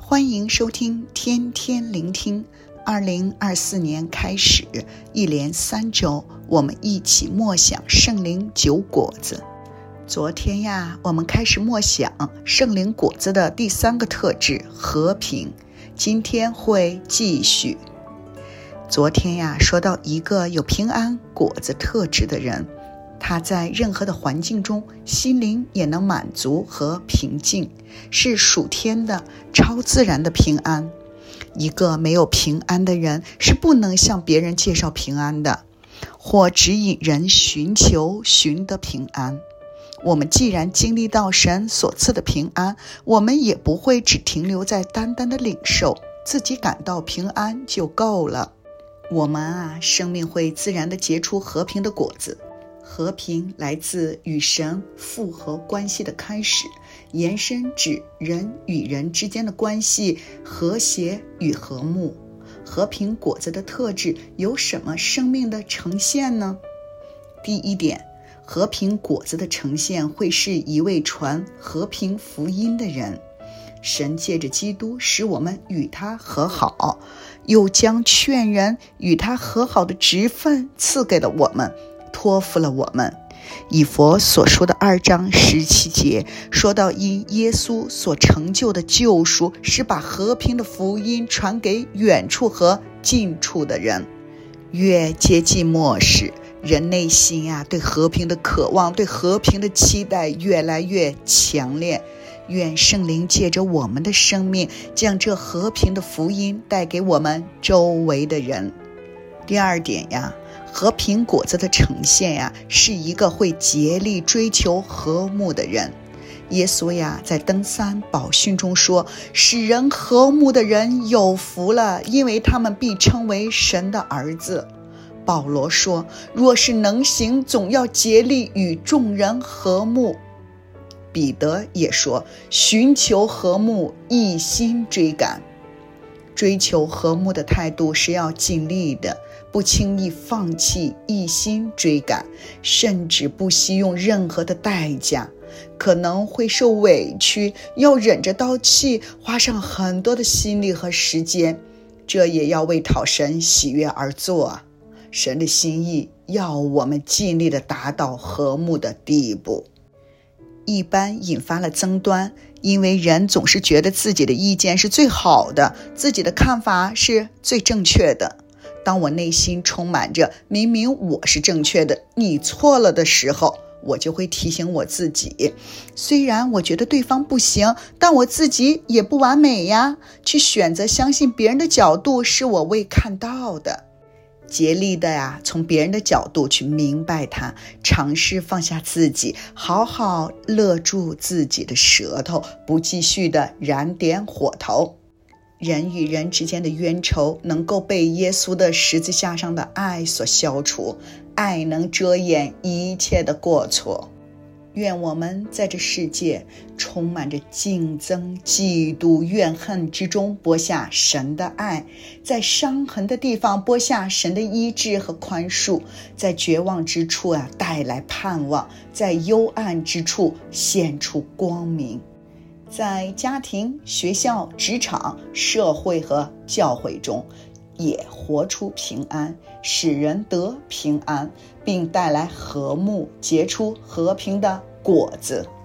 欢迎收听天天聆听。2024年开始，一连3周，我们一起默想圣灵9果子。昨天我们开始默想圣灵果子的第3个特质，和平。今天会继续。昨天说到一个有平安果子特质的人，他在任何的环境中，心灵也能满足和平静，是属天的超自然的平安。一个没有平安的人，是不能向别人介绍平安的，或指引人寻得平安。我们既然经历到神所赐的平安，我们也不会只停留在单单的领受，自己感到平安就够了。我们生命会自然地结出和平的果子。和平来自与神复合关系的开始，延伸指人与人之间的关系和谐与和睦。和平果子的特质有什么生命的呈现呢？第一点，和平果子的呈现会是一位传和平福音的人。神借着基督使我们与他和好，又将劝人与他和好的职分赐给了我们，托付了我们。以弗所书的2章17节说到，因耶稣所成就的救赎，是把和平的福音传给远处和近处的人。越接近末世，人内心对和平的渴望，对和平的期待越来越强烈。愿圣灵借着我们的生命，将这和平的福音带给我们周围的人。第二点和平果子的呈现是一个会竭力追求和睦的人。耶稣在登山宝训中说，使人和睦的人有福了，因为他们必称为神的儿子。保罗说，若是能行，总要竭力与众人和睦。彼得也说，寻求和睦，一心追赶。追求和睦的态度是要尽力的，不轻易放弃，一心追赶，甚至不惜用任何的代价，可能会受委屈，要忍着刀气，花上很多的心力和时间，这也要为讨神喜悦而做。神的心意要我们尽力的达到和睦的地步。一般引发了争端，因为人总是觉得自己的意见是最好的，自己的看法是最正确的。当我内心充满着明明我是正确的，你错了的时候，我就会提醒我自己，虽然我觉得对方不行，但我自己也不完美去选择相信别人的角度是我未看到的。竭力的从别人的角度去明白它，尝试放下自己，好好勒住自己的舌头，不继续的燃点火头。人与人之间的冤仇能够被耶稣的十字架上的爱所消除，爱能遮掩一切的过错。愿我们在这世界充满着竞争、嫉妒、怨恨之中播下神的爱，在伤痕的地方播下神的医治和宽恕，在绝望之处带来盼望，在幽暗之处显出光明。在家庭、学校、职场、社会和教会中，也活出平安，使人得平安，并带来和睦，结出和平的果子。